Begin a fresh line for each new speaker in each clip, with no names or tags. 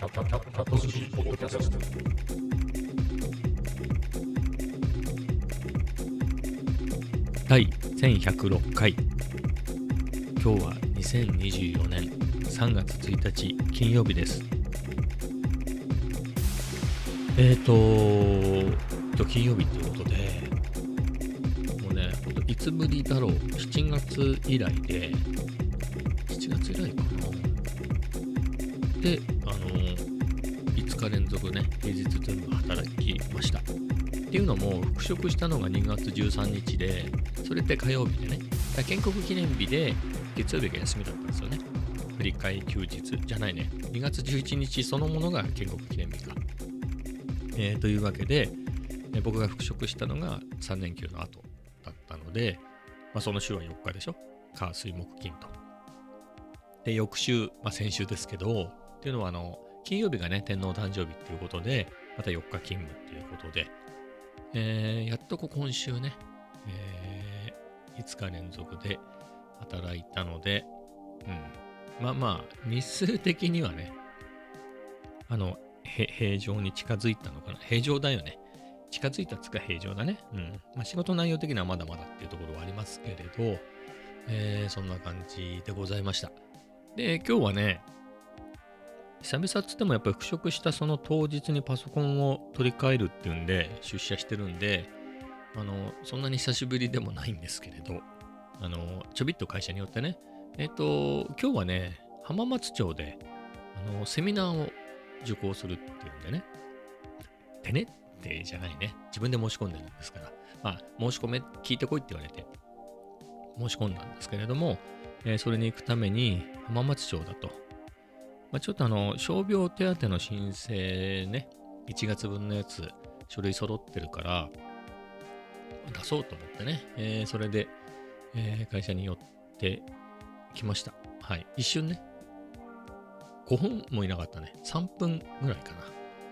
ト寿司ポッドキャスト。
第1106回。今日は2024年3月1日金曜日です。金曜日ということで、もうね、いつぶりだろう、7月以来で、7月以来かな。で、5日連続ね、平日全部働きました。っていうのも、復職したのが2月13日で、それって火曜日でね、建国記念日で月曜日が休みだったんですよね。振り替え休日じゃないね。2月11日そのものが建国記念日か。というわけで、僕が復職したのが3連休の後だったので、その週は4日でしょ。火、水、木、金と。で、翌週、先週ですけど、っていうのは金曜日がね、天皇誕生日っていうことで、また4日勤務っていうことで、やっと今週ね、5日連続で働いたので、日数的にはね、平常に近づいたのかな。平常だよね。近づいたつか平常だね。仕事内容的にはまだまだっていうところはありますけれど、そんな感じでございました。で、今日はね、久々っつってもやっぱり復職したその当日にパソコンを取り替えるっていうんで出社してるんで、そんなに久しぶりでもないんですけれど、ちょびっと会社によってね、今日はね、浜松町で、セミナーを受講するっていうんでね、てねってじゃないね、自分で申し込んでるんですから、申し込め、聞いてこいって言われて、申し込んだんですけれども、それに行くために浜松町だと、ちょっと傷病手当の申請ね、1月分のやつ、書類揃ってるから、出そうと思ってね、それで、会社に寄ってきました。はい。一瞬ね、5分もいなかったね。3分ぐらいかな。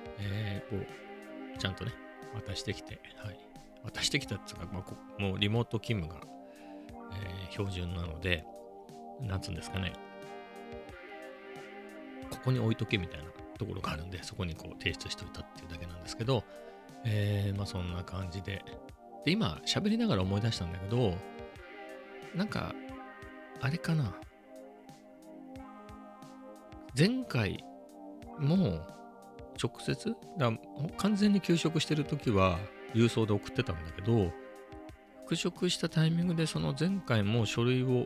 ちゃんとね、渡してきて、はい。渡してきたっていうか、もうリモート勤務が、標準なので、なんつうんですかね、ここに置いとけみたいなところがあるんで、そこに提出しといたっていうだけなんですけど、そんな感じで。で、今、喋りながら思い出したんだけど、なんか、あれかな。前回も直接完全に休職してるときは郵送で送ってたんだけど、復職したタイミングでその前回も書類を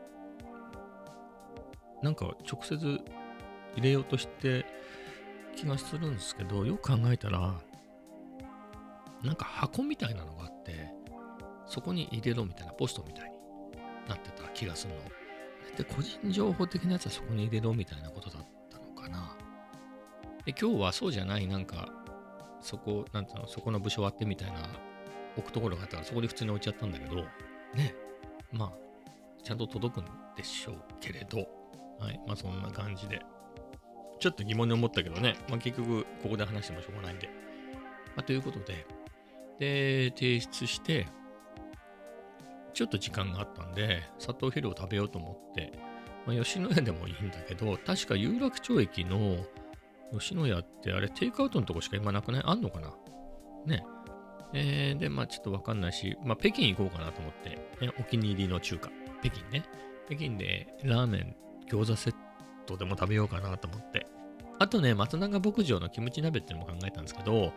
なんか直接入れようとして気がするんですけど、よく考えたらなんか箱みたいなのがあって、そこに入れろみたいなポストみたいになってた気がするの。で、個人情報的なやつはそこに入れろみたいなことだったのかな。で、今日はそうじゃない、なんか、そこの部署あってみたいな置くところがあったから、そこで普通に置いちゃったんだけど、ね、ちゃんと届くんでしょうけれど、はい、そんな感じで。ちょっと疑問に思ったけどね、結局、ここで話してもしょうがないんで。ということで、提出して、ちょっと時間があったんで、砂糖ヒルを食べようと思って、吉野家でもいいんだけど、確か有楽町駅の吉野家ってあれテイクアウトのとこしか今なくない？あんのかなね。で、ちょっとわかんないし、北京行こうかなと思って、お気に入りの中華、北京ね。北京でラーメン、餃子セットでも食べようかなと思って。あとね、松永牧場のキムチ鍋っていうのも考えたんですけど、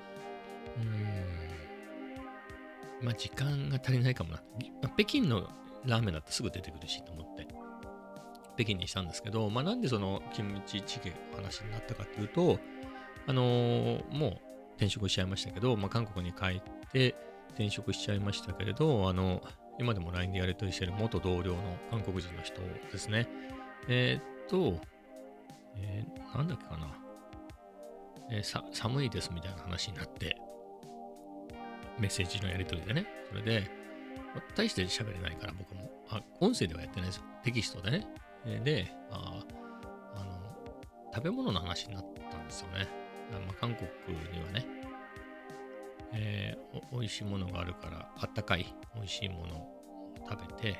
時間が足りないかもな。北京のラーメンだってすぐ出てくるしと思って、北京にしたんですけど、なんでそのキムチチゲの話になったかっていうと、もう転職しちゃいましたけど、韓国に帰って転職しちゃいましたけれど、今でも LINE でやり取りしてる元同僚の韓国人の人ですね。なんだっけかな。寒いですみたいな話になって、メッセージのやり取りでね。それで、大して喋れないから僕も。音声ではやってないですよ。テキストでね。で、食べ物の話になったんですよね。韓国にはね、美味しいものがあるから、あったかい美味しいものを食べて、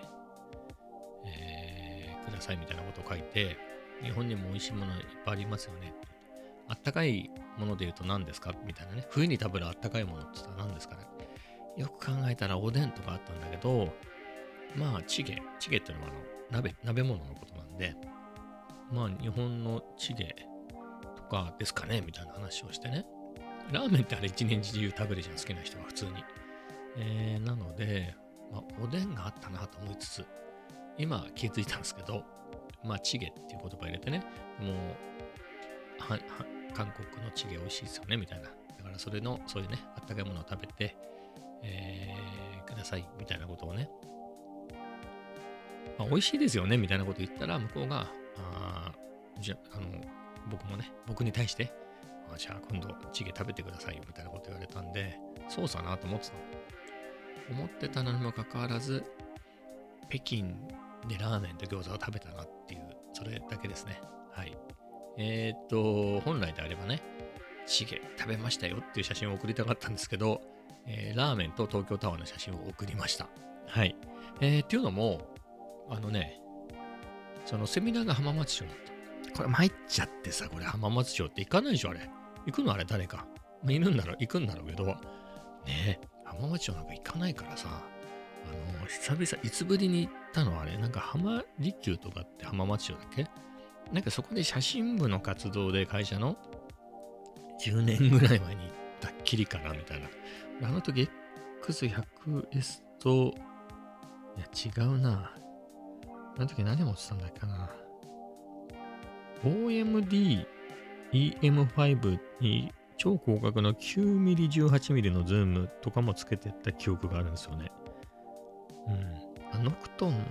くださいみたいなことを書いて、日本にも美味しいものいっぱいありますよね。 あったかいもので言うと何ですかみたいなね。冬に食べるあったかいものって言ったら何ですかね。よく考えたらおでんとかあったんだけど、まあ、チゲっていうのは鍋物のことなんで、まあ、日本のチゲとかですかねみたいな話をしてね。ラーメンってあれ一年中食べるじゃん、好きな人は普通に。なので、まあ、おでんがあったなと思いつつ、今気づいたんですけど、まあ、チゲっていう言葉入れてね、もう、韓国のチゲ美味しいですよね、みたいな。だからそういうね、あったかいものを食べて、ください、みたいなことをね、まあ、美味しいですよね、みたいなこと言ったら、向こうが、じゃあ、僕に対して、じゃあ今度チゲ食べてくださいよ、みたいなこと言われたんで、そうさなと思ってたの。思ってたのにもかかわらず、北京でラーメンと餃子を食べたなっていう、それだけですね。はい。本来であればね、チゲ食べましたよっていう写真を送りたかったんですけど、ラーメンと東京タワーの写真を送りました。はい。っていうのも、そのセミナーが浜松町だった。これ参っちゃってさ、これ浜松町って行かないでしょ、あれ。行くのあれ誰か。行くんだろうけど、ね浜松町なんか行かないからさ、久々、いつぶりに行ったのはね、なんか浜離宮とかって浜松町だっけ？なんかそこで写真部の活動で会社の10年ぐらい前に行ったっきりかなみたいな。あの時 X100S と、いや違うな。あの時何持ってたんだっけかな。OMD EM5 に超広角の 9mm18mm のズームとかもつけてった記憶があるんですよね。ノクトンの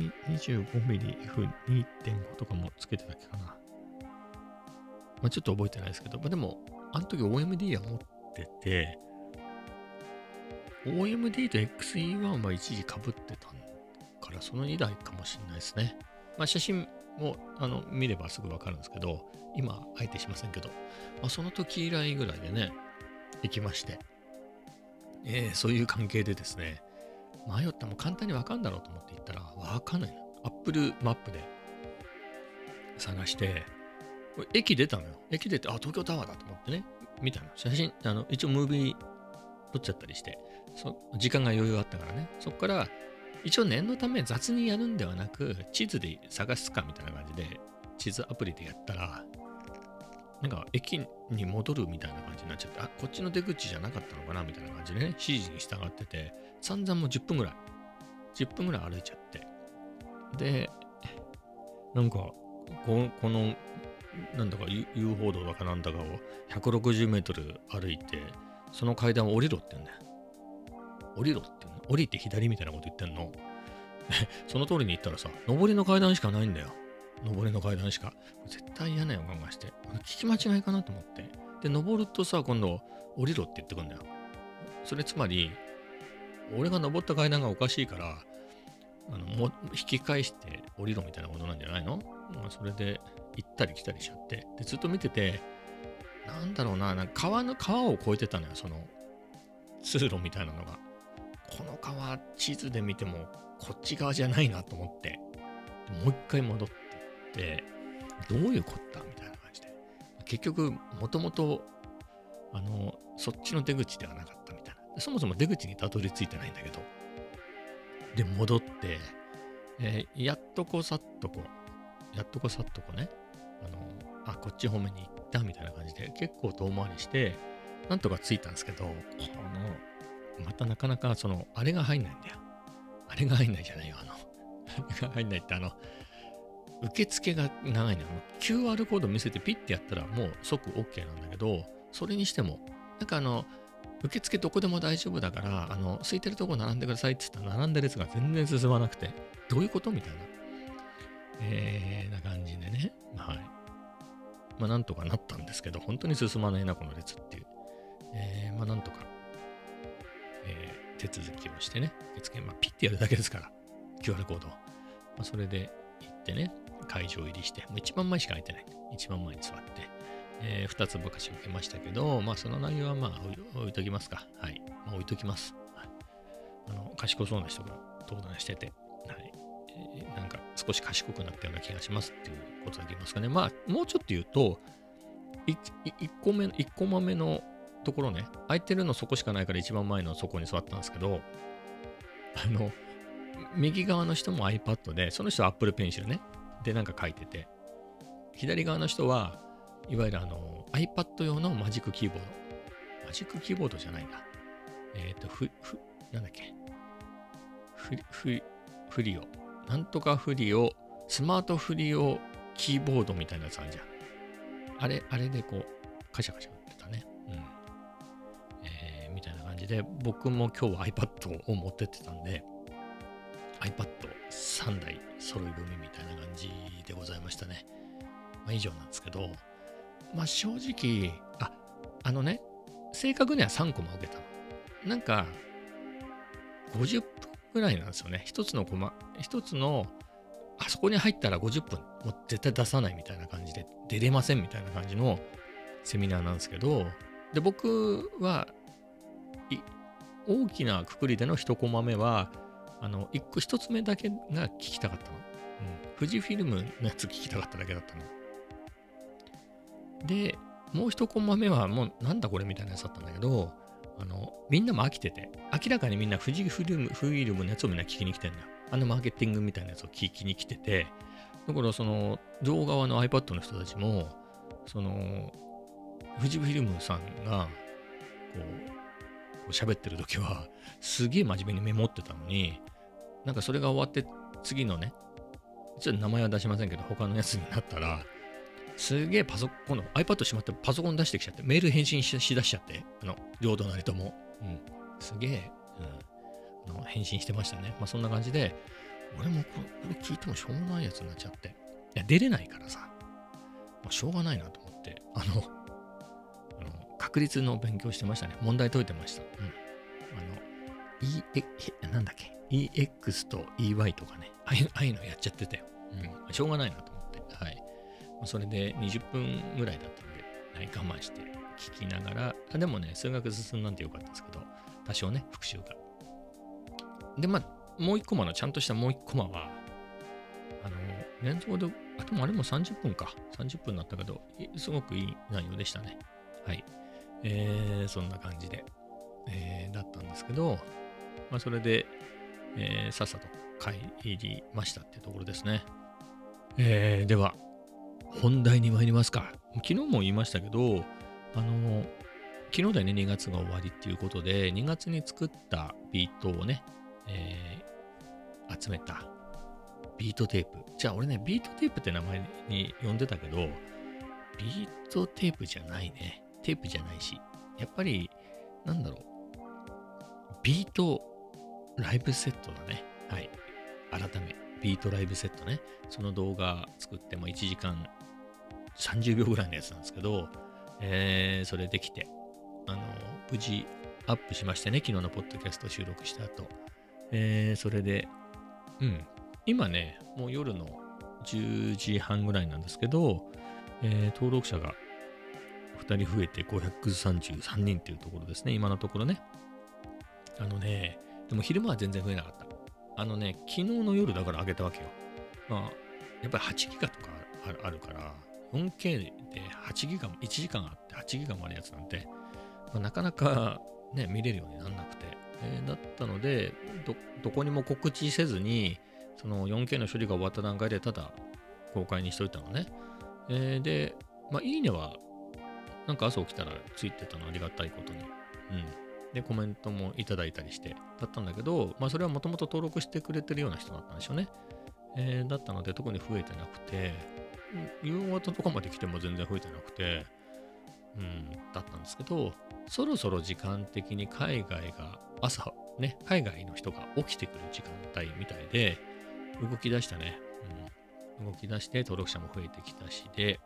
25mmF2.5 とかもつけてたっけかな。まあ、ちょっと覚えてないですけど、まあ、でも、あの時 OMD は持ってて、OMD と XE1 は一時被ってたから、その2台かもしれないですね。まあ、写真も見ればすぐわかるんですけど、今、あえてしませんけど、まあ、その時以来ぐらいでね、行きまして、そういう関係でですね、迷ったらもう簡単にわかんだろうと思って行ったら、わかんないの。Apple マップで探して、駅出たのよ。駅出て、東京タワーだと思ってね、見たの。写真、一応ムービー撮っちゃったりして、時間が余裕あったからね。そこから、一応念のため雑にやるんではなく、地図で探すかみたいな感じで、地図アプリでやったら、なんか駅に戻るみたいな感じになっちゃって、こっちの出口じゃなかったのかなみたいな感じでね、指示に従ってて、散々もう10分ぐらい歩いちゃって。で、なんか、この、なんだか遊歩道だかなんだかを160メートル歩いて、その階段を降りろって言うんだよ。降りて左みたいなこと言ってんの。その通りに行ったらさ、上りの階段しかないんだよ。上りの階段しか。絶対嫌な予感がして。聞き間違いかなと思って。で、登るとさ、今度、降りろって言ってくんだよ。それつまり、俺が登った階段がおかしいから、引き返して降りろみたいなことなんじゃないの？まあ、それで、行ったり来たりしちゃって。で、ずっと見てて、なんだろうな、川を越えてたのよ、その、通路みたいなのが。この川、地図で見ても、こっち側じゃないなと思って、もう一回戻ってって、どういうこったみたいな感じで。結局、もともと、そっちの出口ではなかったみたいな。そもそも出口にたどり着いてないんだけど。で、戻って、やっとこさっとこね、こっち方面に行ったみたいな感じで、結構遠回りして、なんとか着いたんですけど、またなかなかあれが入んないんだよ。あれが入んないじゃないよ。あれが入んないって、受付が長いのよ。QR コード見せてピッてやったらもう即 OK なんだけど、それにしても、なんか受付どこでも大丈夫だから、空いてるとこ並んでくださいって言ったら並んでる列が全然進まなくて、どういうことみたいな。な感じでね。はい。まあなんとかなったんですけど、本当に進まないな、この列っていう。まあなんとか、手続きをしてね、ピッてやるだけですから、QR コードを。まあ、それで行ってね、会場入りして、もう一番前しか空いてない。一番前に座って、2つぼかし受けましたけど、まあその内容はまあ置いときますか。はい。まあ置いときます。はい、賢そうな人が登壇してて、はい。なんか少し賢くなったような気がしますっていうことだけ言いますかね。まあもうちょっと言うと、 1個目のところね、空いてるのそこしかないから一番前のそこに座ったんですけど、右側の人も iPad で、その人は Apple Pencil ね。で、なんか書いてて、左側の人はいわゆるiPad 用のマジックキーボード。マジックキーボードじゃないんだ。なんだっけ。フリオ。なんとかフリオ、スマートフリオキーボードみたいなやつあるじゃん。あれでこう、カシャカシャ打ってたね。みたいな感じで、僕も今日は iPad を持ってってたんで、iPad3 台揃い踏みみたいな感じでございましたね。まあ以上なんですけど、まあ正直、正確には3コマ受けたの。なんか、50分ぐらいなんですよね。一つの、あそこに入ったら50分、もう絶対出さないみたいな感じで、出れませんみたいな感じのセミナーなんですけど、で、僕は、大きなくくりでの1コマ目は、一つ目だけが聞きたかったの。富士フィルムのやつ聞きたかっただけだったの。で、もう1コマ目はもうなんだこれみたいなやつだったんだけど、みんなも飽きてて、明らかにみんな富士フィルムのやつをみんな聞きに来てんだよ。マーケティングみたいなやつを聞きに来てて、だからその、両側の iPad の人たちも、その、富士フィルムさんが、こう喋ってる時は、すげえ真面目にメモってたのに、なんかそれが終わって、次のね、ちょっと名前は出しませんけど、他のやつになったら、すげえ今度 iPad しまってパソコン出してきちゃって、メール返信しだしちゃって、両隣とも。すげえ、返信してましたね。まあそんな感じで、俺もこれ聞いてもしょうがないやつになっちゃって。いや、出れないからさ、まあ、しょうがないなと思って、確率の勉強してましたね。問題解いてました。なんだっけ、EX と EY とかね、ああいうのやっちゃってたよ。しょうがないなと思って。はい。それで20分ぐらいだったんで、はい、我慢して聞きながら、でもね、数学進んなんてよかったんですけど、多少ね、復習が。で、まあ、もう1コマの、ちゃんとしたもう1コマは、連続で、でもあれも30分か。30分だったけど、すごくいい内容でしたね。はい。そんな感じで、だったんですけど、まあ、それで、さっさと帰りましたっていうところですね。では、本題に参りますか。昨日も言いましたけど、昨日でね、2月が終わりっていうことで、2月に作ったビートをね、集めたビートテープ。じゃあ俺ね、ビートテープって名前に呼んでたけど、ビートテープじゃないね。テープじゃないし。やっぱり、なんだろう。ビートライブセットだね。はい。改め、ビートライブセットね。その動画作って、1時間30秒ぐらいのやつなんですけど、それできて、無事アップしましてね、昨日のポッドキャスト収録した後。それで、今ね、もう夜の10時半ぐらいなんですけど、登録者が2人増えて533人っていうところですね、今のところね。でも昼間は全然増えなかった。昨日の夜だから上げたわけよ。まあ、やっぱり8ギガとかあるから、4K で8ギガも1時間あって8ギガもあるやつなんて、なかなかね、見れるようにならなくて、だったので、どこにも告知せずに、その 4K の処理が終わった段階でただ公開にしといたのね。で、いいねは、なんか朝起きたらついてたのありがたいことに。で、コメントもいただいたりして、だったんだけど、それはもともと登録してくれてるような人だったんでしょうね。だったので、特に増えてなくて、夕方とかまで来ても全然増えてなくて、だったんですけど、そろそろ時間的に海外の人が起きてくる時間帯みたいで、動き出したね。動き出して登録者も増えてきたしで、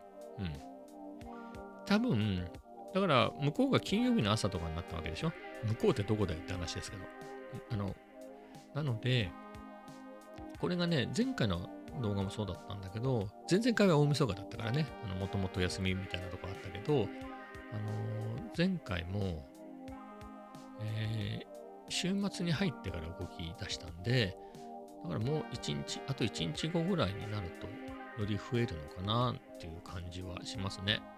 多分、だから向こうが金曜日の朝とかになったわけでしょ。向こうってどこだよって話ですけど。なので、これがね、前回の動画もそうだったんだけど、前々回は大晦日だったからね、もともと休みみたいなとこあったけど、前回も、週末に入ってから動き出したんで、だからもうあと1日後ぐらいになると、より増えるのかなっていう感じはしますね。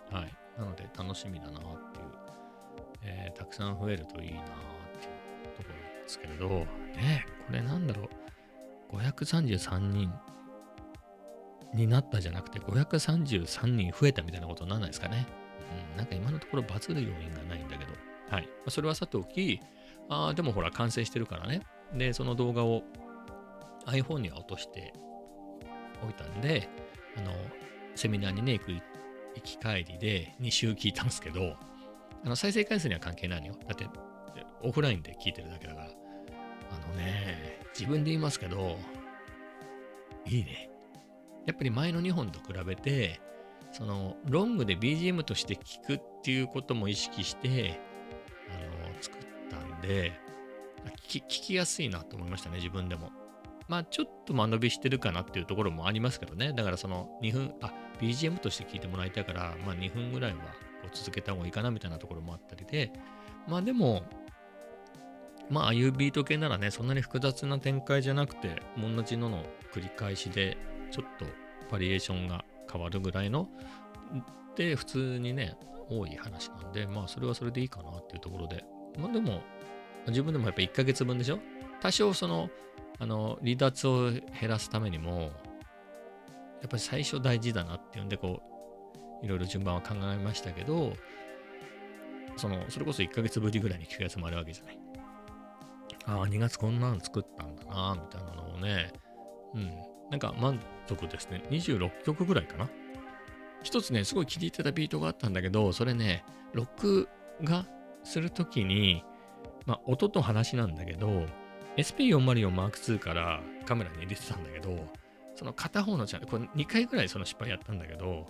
はい。なので楽しみだなっていう、たくさん増えるといいなっていうところなんですけれど、これなんだろう、533人になったじゃなくて、533人増えたみたいなことにならないですかね。なんか今のところバズる要因がないんだけど、はい。それはさておき、でもほら、完成してるからね。で、その動画を iPhone には落としておいたんで、セミナーにね、行き帰りで2週聞いたんですけど、再生回数には関係ないのよ。だって、オフラインで聞いてるだけだから。自分で言いますけど、いいね。やっぱり前の2本と比べて、ロングで BGM として聞くっていうことも意識して、作ったんで、聞きやすいなと思いましたね、自分でも。ちょっと間延びしてるかなっていうところもありますけどね。だから2分、BGM として聞いてもらいたいから、2分ぐらいはこう続けた方がいいかなみたいなところもあったりで、でも、ああいうビート系ならね、そんなに複雑な展開じゃなくて、同じのの繰り返しで、ちょっとバリエーションが変わるぐらいの、で、普通にね、多い話なんで、それはそれでいいかなっていうところで、でも、自分でもやっぱ1ヶ月分でしょ？多少離脱を減らすためにも、やっぱり最初大事だなっていうんで、こう、いろいろ順番は考えましたけど、それこそ1ヶ月ぶりぐらいに聞くやつもあるわけじゃない。2月こんなの作ったんだな、みたいなのをね、なんか満足ですね。26曲ぐらいかな。一つね、すごい気に入ってたビートがあったんだけど、それね、録画するときに、音と話なんだけど、SP404M2 からカメラに入れてたんだけど、その片方のチャンネル、これ2回ぐらいその失敗やったんだけど、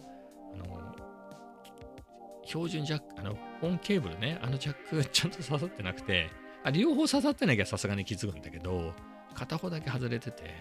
標準ジャック、本ケーブルね、ジャックちゃんと刺さってなくて、両方刺さってなきゃさすがに気づくんだけど、片方だけ外れてて、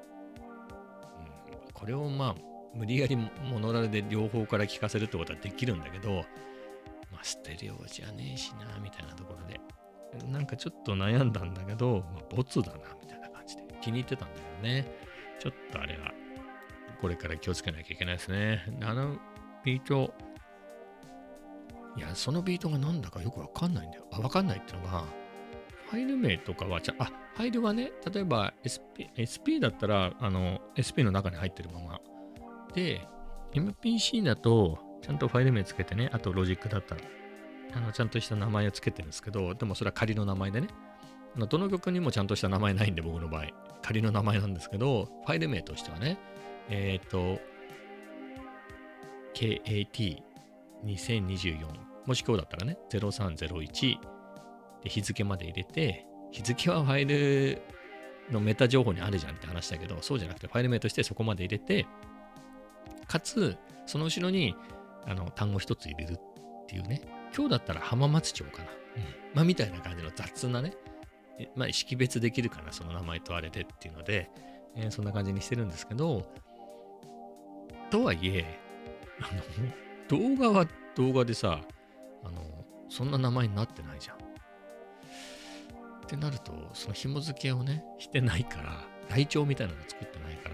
これを無理やりモノラルで両方から聞かせるってことはできるんだけど、ステレオじゃねえしな、みたいなところで、なんかちょっと悩んだんだけど、ボツだな、みたいな感じで気に入ってたんだけどね。ちょっとあれは、これから気をつけなきゃいけないですね。ビート、いや、そのビートがなんだかよくわかんないんだよ。わかんないっていうのが、ファイル名とかはファイルはね、例えば SP だったら、SP の中に入ってるまま。で、MPC だと、ちゃんとファイル名つけてね、あとロジックだったら、ちゃんとした名前をつけてるんですけど、でもそれは仮の名前でね、どの曲にもちゃんとした名前ないんで、僕の場合、仮の名前なんですけど、ファイル名としてはね、KAT2024、もし今日だったらね、0301で日付まで入れて、日付はファイルのメタ情報にあるじゃんって話だけど、そうじゃなくてファイル名としてそこまで入れて、かつ、その後ろに単語一つ入れるっていうね、今日だったら浜松町かな。みたいな感じの雑なね、識別できるかな、その名前とあれでっていうので、そんな感じにしてるんですけど、とはいえ、動画は動画でさ、そんな名前になってないじゃん。ってなると、その紐付けをね、してないから、台帳みたいなの作ってないから、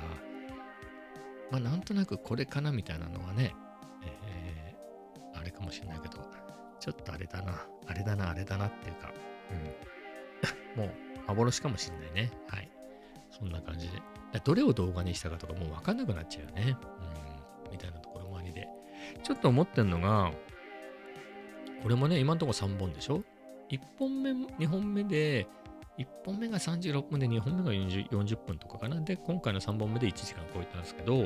なんとなくこれかなみたいなのはね、あれかもしれないけど、ちょっとあれだなっていうか、もう幻かもしれないね。はい。そんな感じで。どれを動画にしたかとかもうわかんなくなっちゃうよね。みたいなところもありで。ちょっと思ってんのが、これもね、今のところ3本でしょ？ 1 本目、2本目で、1本目が36分で2本目が40分とかかな。で、今回の3本目で1時間超えたんですけど、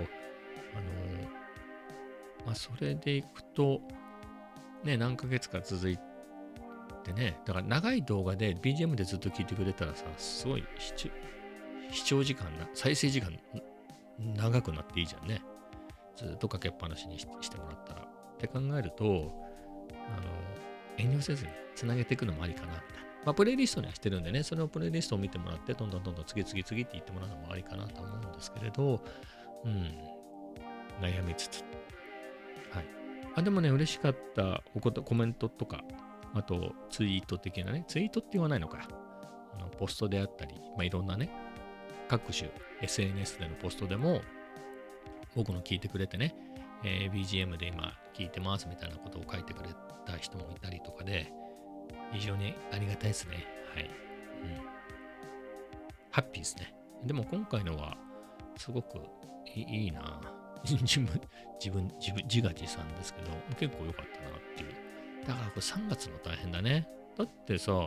それでいくと、ね、何ヶ月か続いてね、だから長い動画で BGM でずっと聞いてくれたらさ、すごい視聴時間再生時間長くなっていいじゃんね。ずっとかけっぱなしにしてもらったら。って考えると、遠慮せずにつなげていくのもありかな、みたいな。プレイリストにはしてるんでね、それをプレイリストを見てもらって、どんどん次って言ってもらうのもありかなと思うんですけれど、悩みつつ。はい。でもね、嬉しかったコメントとか、あとツイート的なね、ツイートって言わないのか。ポストであったり、いろんなね、各種 SNS でのポストでも、僕の聞いてくれてね、 BGM で今聞いてますみたいなことを書いてくれた人もいたりとかで、非常にありがたいですね。はい。ハッピーですね。でも今回のは、すごくいいな。自画自賛ですけど、結構良かったなっていう。だからこれ3月の大変だね。だってさ、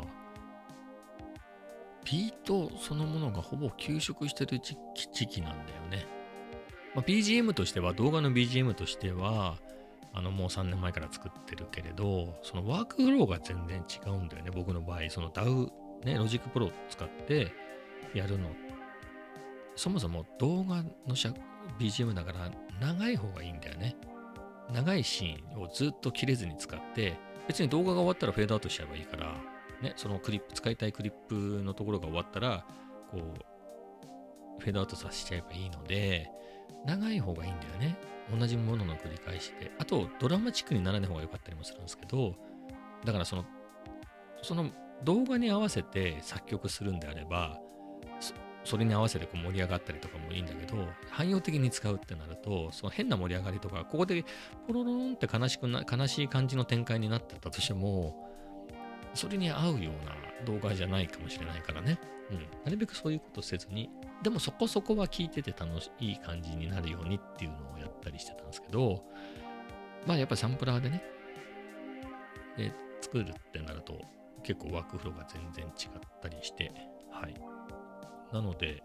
ビートそのものがほぼ休職してる時期なんだよね。BGM としては、動画の BGM としては、もう3年前から作ってるけれど、そのワークフローが全然違うんだよね。僕の場合、その DAW、ね、ロジックプロを使ってやるの。そもそも動画のBGM だから長い方がいいんだよね。長いシーンをずっと切れずに使って、別に動画が終わったらフェードアウトしちゃえばいいから、ね、その使いたいクリップのところが終わったら、こう、フェードアウトさせちゃえばいいので、長い方がいいんだよね。同じものの繰り返しで。あと、ドラマチックにならない方が良かったりもするんですけど、だからその動画に合わせて作曲するんであれば、それに合わせてこう盛り上がったりとかもいいんだけど、汎用的に使うってなると、その変な盛り上がりとか、ここでポロロンって悲しい感じの展開になってたとしても、それに合うような動画じゃないかもしれないからね。なるべくそういうことせずに、でもそこそこは聞いてていい感じになるようにっていうのをやったりしてたんですけど、やっぱりサンプラーでね、作るってなると、結構ワークフローが全然違ったりして、はい。なので、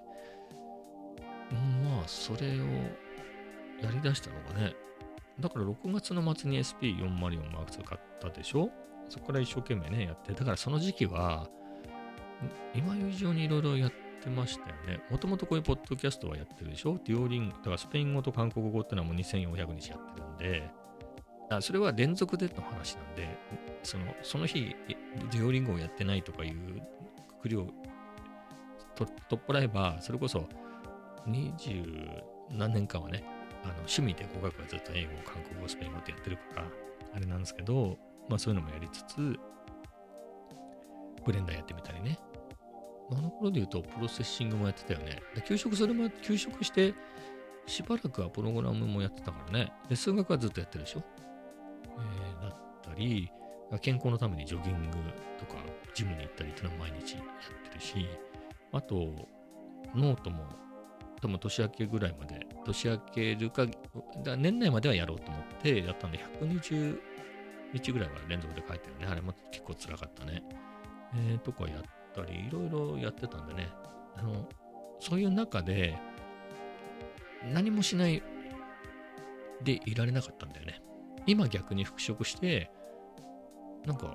それをやり出したのがね、だから6月の末に SP404M2 買ったでしょ？そこから一生懸命ね、やって、だからその時期は、今以上にいろいろやってましたよね。もともとこういうポッドキャストはやってるでしょ？デュオリング、だからスペイン語と韓国語ってのはもう2400日やってるんで、それは連続での話なんで、その日、デュオリングをやってないとかいうくくりを取っ払えば、それこそ20何年間はね、趣味で語学はずっと英語、韓国語、スペイン語ってやってるから、あれなんですけど、そういうのもやりつつ、ブレンダーやってみたりね。あの頃で言うと、プロセッシングもやってたよね。休職して、しばらくはプログラムもやってたからね。で、数学はずっとやってるでしょ。だったり、健康のためにジョギングとか、ジムに行ったりっていうのは毎日やってるし、あと、ノートも、多分年明けぐらいまで、年明けるか、年内まではやろうと思ってやったんで、120日ぐらいは連続で書いてるね。あれも結構辛かったね。とかやったり、いろいろやってたんでね。そういう中で、何もしないでいられなかったんだよね。今逆に復職して、なんか、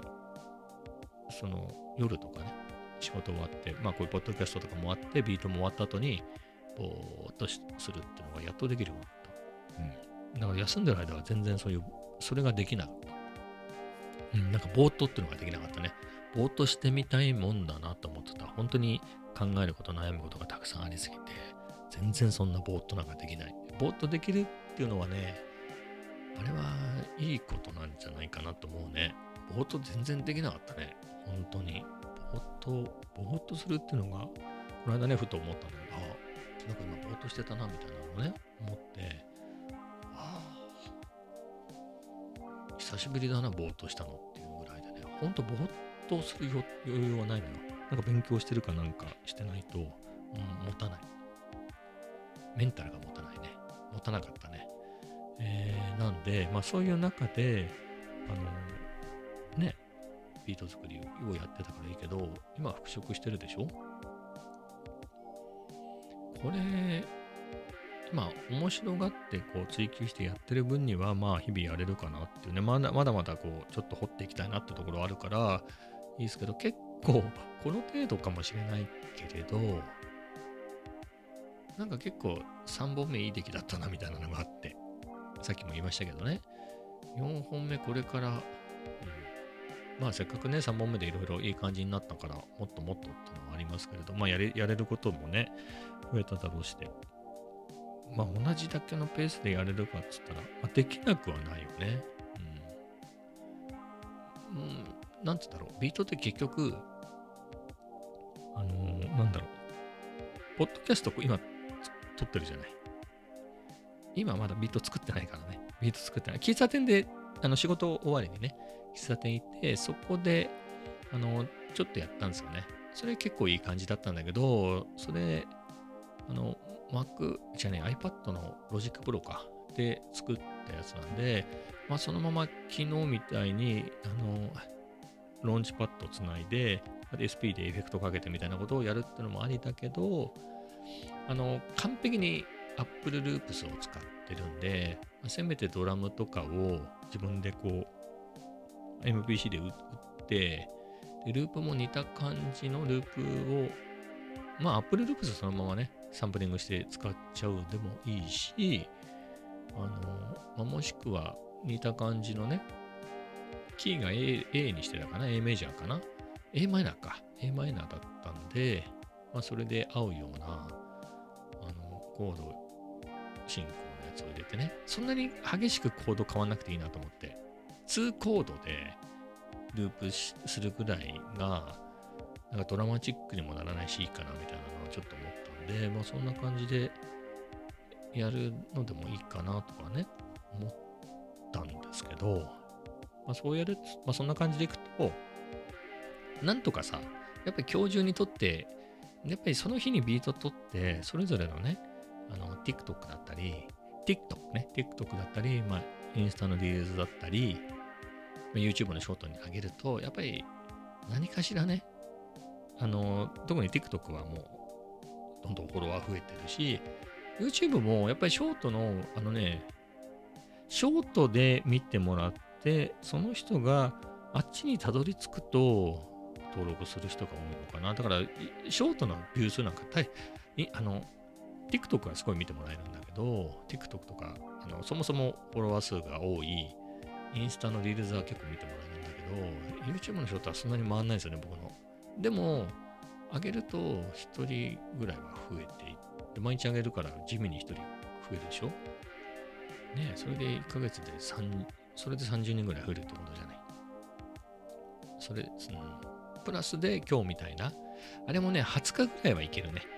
夜とかね、仕事終わって、こういうポッドキャストとかもあって、ビートも終わった後に、ぼーっとするっていうのがやっとできるようになった。だから休んでる間は全然それができなかった。なんかぼーっとっていうのができなかったね。ぼーっとしてみたいもんだなと思ってた。本当に考えること、悩むことがたくさんありすぎて、全然そんなぼーっとなんかできない。ぼーっとできるっていうのはね、あれはいいことなんじゃないかなと思うね。ぼーっと全然できなかったね。本当に。ぼーっとするっていうのが、この間ね、ふと思ったんだけど、なんか今ぼーっとしてたなみたいなのをね、思って、久しぶりだな、ぼーっとしたのっていうぐらいでね、ほんとぼーっとする余裕はないのよ。なんか勉強してるかなんかしてないと、持たない。メンタルが持たないね。持たなかったね。なんで、そういう中で、ビート作りをやってたからいいけど、今復職してるでしょ？これ、面白がってこう追求してやってる分には、日々やれるかなっていうね、まだまだこう、ちょっと掘っていきたいなってところあるから、いいですけど、結構、この程度かもしれないけれど、なんか結構3本目いい出来だったなみたいなのがあって、さっきも言いましたけどね、4本目これから、せっかくね、3本目でいろいろいい感じになったから、もっともっとっていうのはありますけれど、やれることもね、増えただろうして、同じだけのペースでやれるかっつったら、できなくはないよね。なんつったろう、ビートって結局、ポッドキャスト今撮ってるじゃない。 今まだビート作ってないからね。ビート作ってない。喫茶店で、仕事終わりにね、喫茶店行って、そこで、ちょっとやったんですよね。それ結構いい感じだったんだけど、それ、Mac じゃね、iPad の Logic Pro か。で作ったやつなんで、まあそのまま昨日みたいに、ローンチパッドつないで、SP でエフェクトかけてみたいなことをやるってのもありだけど、完璧に Apple Loops を使ってるんで、せめてドラムとかを自分でこう、MPC で打って、でループも似た感じのループを、まあ Apple Loops そのままね、サンプリングして使っちゃうでもいいし、もしくは似た感じのね、キーが A にしてたかな ?A メジャーかな ?A マイナーか。A マイナーだったんで、まあ、それで合うような、コード進行のやつを入れてね、そんなに激しくコード変わんなくていいなと思って、2コードでループするぐらいが、なんかドラマチックにもならないしいいかなみたいなのをちょっと思ったんで、まあ、そんな感じでやるのでもいいかなとかね、思ったんですけど、まあ、そうやる、まあ、そんな感じでいくと、なんとかさ、やっぱり今日中に撮って、やっぱりその日にビート撮って、それぞれのね、TikTok だったり、TikTok だったり、まあ、インスタのリールズだったり、YouTube のショートに上げると、やっぱり何かしらね、特に TikTok はもう、どんどんフォロワー増えてるし、YouTube もやっぱりショートの、ショートで見てもらって、その人があっちにたどり着くと、登録する人が多いのかな。だから、ショートのビュー数なんか、TikTok はすごい見てもらえるんだけど、TikTok とか、そもそもフォロワー数が多い、インスタのリールズは結構見てもらえるんだけど、YouTube のショートはそんなに回んないんですよね、僕の。でも、上げると1人ぐらいは増えていって、毎日上げるから地味に1人増えるでしょ。ねえ、それで1ヶ月でそれで30人ぐらい増えるってことじゃない。それ、プラスで今日みたいな、あれもね、20日ぐらいはいけるね。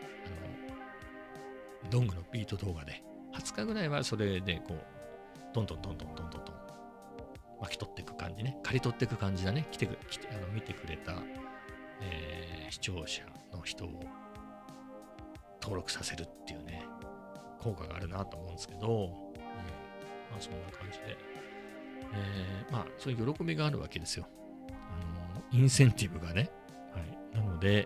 ドングのビート動画で。20日ぐらいはそれでこう、どんどん巻き取っていく感じね。刈り取っていく感じだね。見てくれた、視聴者の人を登録させるっていうね、効果があるなと思うんですけど、まあそんな感じで、まあそういう喜びがあるわけですよ。インセンティブがね。はい。なので、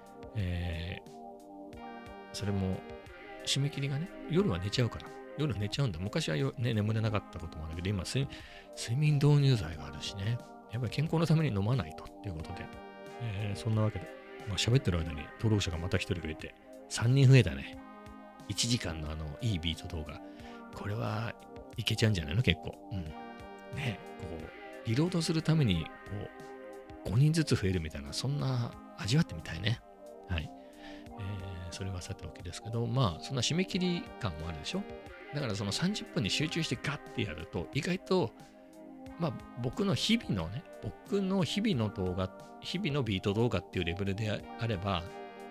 それも、締め切りがね、夜は寝ちゃうから。夜寝ちゃうんだ。昔は眠れなかったこともあるけど、今、睡眠導入剤があるしね。やっぱり健康のために飲まないとっていうことで、そんなわけで、まあ、喋ってる間に登録者がまた1人増えて、3人増えたね。1時間のいいビート動画。これはいけちゃうんじゃないの結構。ね、こう、リロードするために、こう、5人ずつ増えるみたいな、そんな味わってみたいね。はい。それはさておきですけど、まあ、そんな締め切り感もあるでしょ。だからその30分に集中してガッてやると、意外と、まあ、僕の日々の動画、日々のビート動画っていうレベルであれば、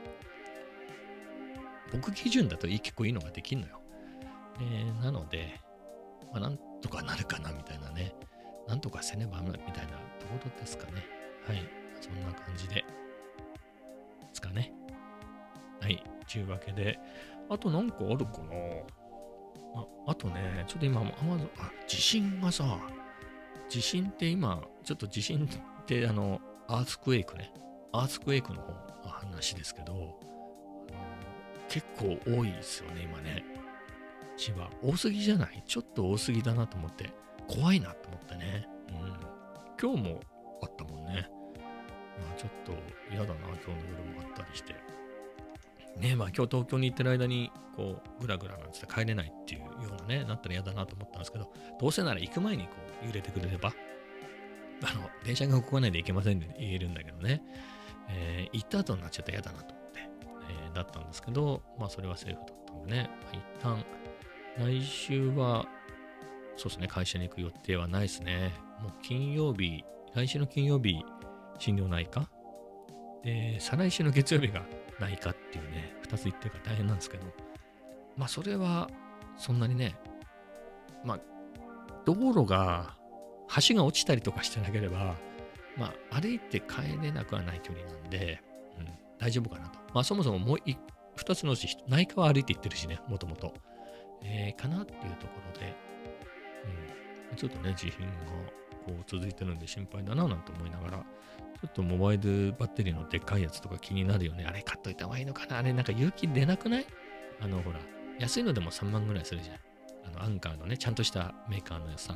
僕基準だと結構いいのができるのよ。なので、まあ、なんとかなるかなみたいなね、なんとかせねばみたいなところですかね。はい。そんな感じで、ですかね。はい。というわけで、あとなんかあるかな。あとね、ちょっと今、地震がさ、地震って今、ちょっと地震ってアースクエイクね。アースクエイクの方の話ですけど、結構多いですよね、今ね。千葉。多すぎじゃない？ちょっと多すぎだなと思って、怖いなと思ってね。今日もあったもんね。ちょっと嫌だな、今日の夜もあったりして。ね、まあ今日東京に行ってる間に、こう、ぐらぐらなんつって帰れないっていうようなね、なったら嫌だなと思ったんですけど、どうせなら行く前にこう、揺れてくれれば、電車が動かないで行けませんって言えるんだけどね、行った後になっちゃったら嫌だなと思って、だったんですけど、まあそれはセーフだったんでね、一旦、来週は、そうですね、会社に行く予定はないですね。もう来週の金曜日、診療内科で、再来週の月曜日が内科っていうね、2つ行ってるから大変なんですけど、まあそれはそんなにね、まあ、道路が、橋が落ちたりとかしてなければ、まあ、歩いて帰れなくはない距離なんで、大丈夫かなと。まあ、そもそももう2つのうち、内科は歩いて行ってるしね、もともと。かなっていうところで、ちょっとね、地震がこう続いてるんで心配だななんて思いながら、ちょっとモバイルバッテリーのでっかいやつとか気になるよね。あれ買っといた方がいいのかな。あれなんか勇気出なくない？ほら、安いのでも3万ぐらいするじゃん。アンカーのね、ちゃんとしたメーカーのさ、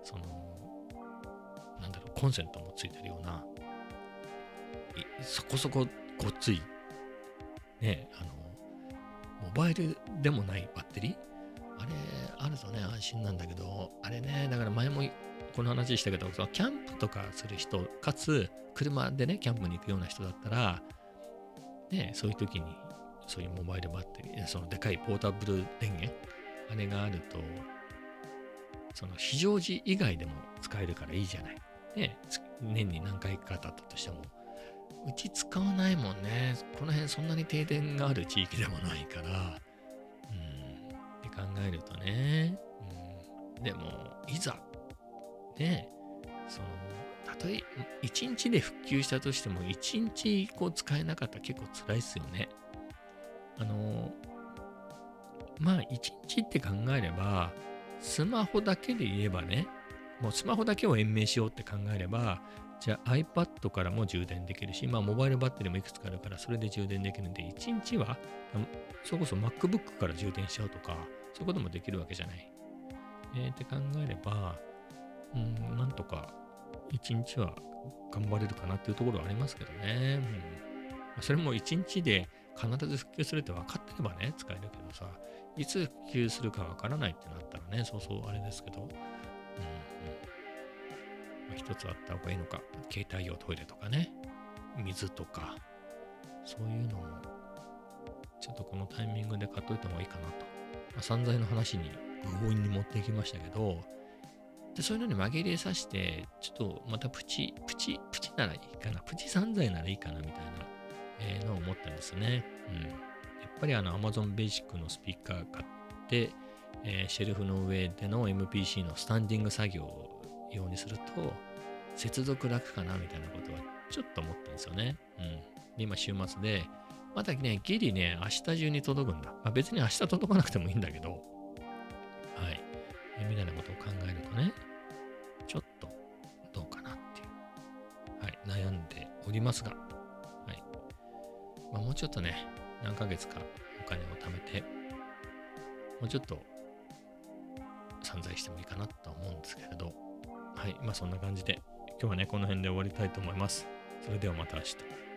なんだろう、コンセントもついてるような、そこそこごっつい、ね、モバイルでもないバッテリーあれ、あるとね、安心なんだけど、あれね、だから前もこの話したけど、キャンプとかする人、かつ、車でね、キャンプに行くような人だったら、ね、そういう時に、そういうモバイルバッテリー、そのでかいポータブル電源、あれがあると、その非常時以外でも使えるからいいじゃない。ね、年に何回かだったとしても。うち使わないもんね。この辺そんなに停電がある地域でもないから。って考えるとね。でも、いざ、ね、たとえ1日で復旧したとしても、1日こう使えなかったら結構辛いっすよね。まあ、1日って考えれば、スマホだけで言えばね、もうスマホだけを延命しようって考えれば、じゃあ iPad からも充電できるし、まあモバイルバッテリーもいくつかあるからそれで充電できるんで、1日は、それこそ MacBook から充電しちゃうとか、そういうこともできるわけじゃない。って考えれば、なんとか1日は頑張れるかなっていうところはありますけどね。それも1日で必ず復旧するって分かってればね、使えるけどさ、いつ復旧するか分からないってなったらね、そうそうあれですけど、一つあった方がいいのか、携帯用トイレとかね、水とか、そういうのも、ちょっとこのタイミングで買っといた方がいいかなと。散財の話に強引に持っていきましたけど、でそういうのに紛れさして、ちょっとまたプチならいいかな、プチ散財ならいいかなみたいな、のを思ったんですね。やっぱりAmazon Basic のスピーカー買って、シェルフの上での MPC のスタンディング作業を用にすると、接続楽かなみたいなことはちょっと思ったんですよね。で今週末で、まだね、ギリね、明日中に届くんだ。別に明日届かなくてもいいんだけど、はい。みたいなことを考えるとね、ちょっとどうかなっていう、はい、悩んでおりますが、はい。もうちょっとね、何ヶ月かお金を貯めて、もうちょっと散財してもいいかなと思うんですけれど、はい。そんな感じで、今日はね、この辺で終わりたいと思います。それではまた明日。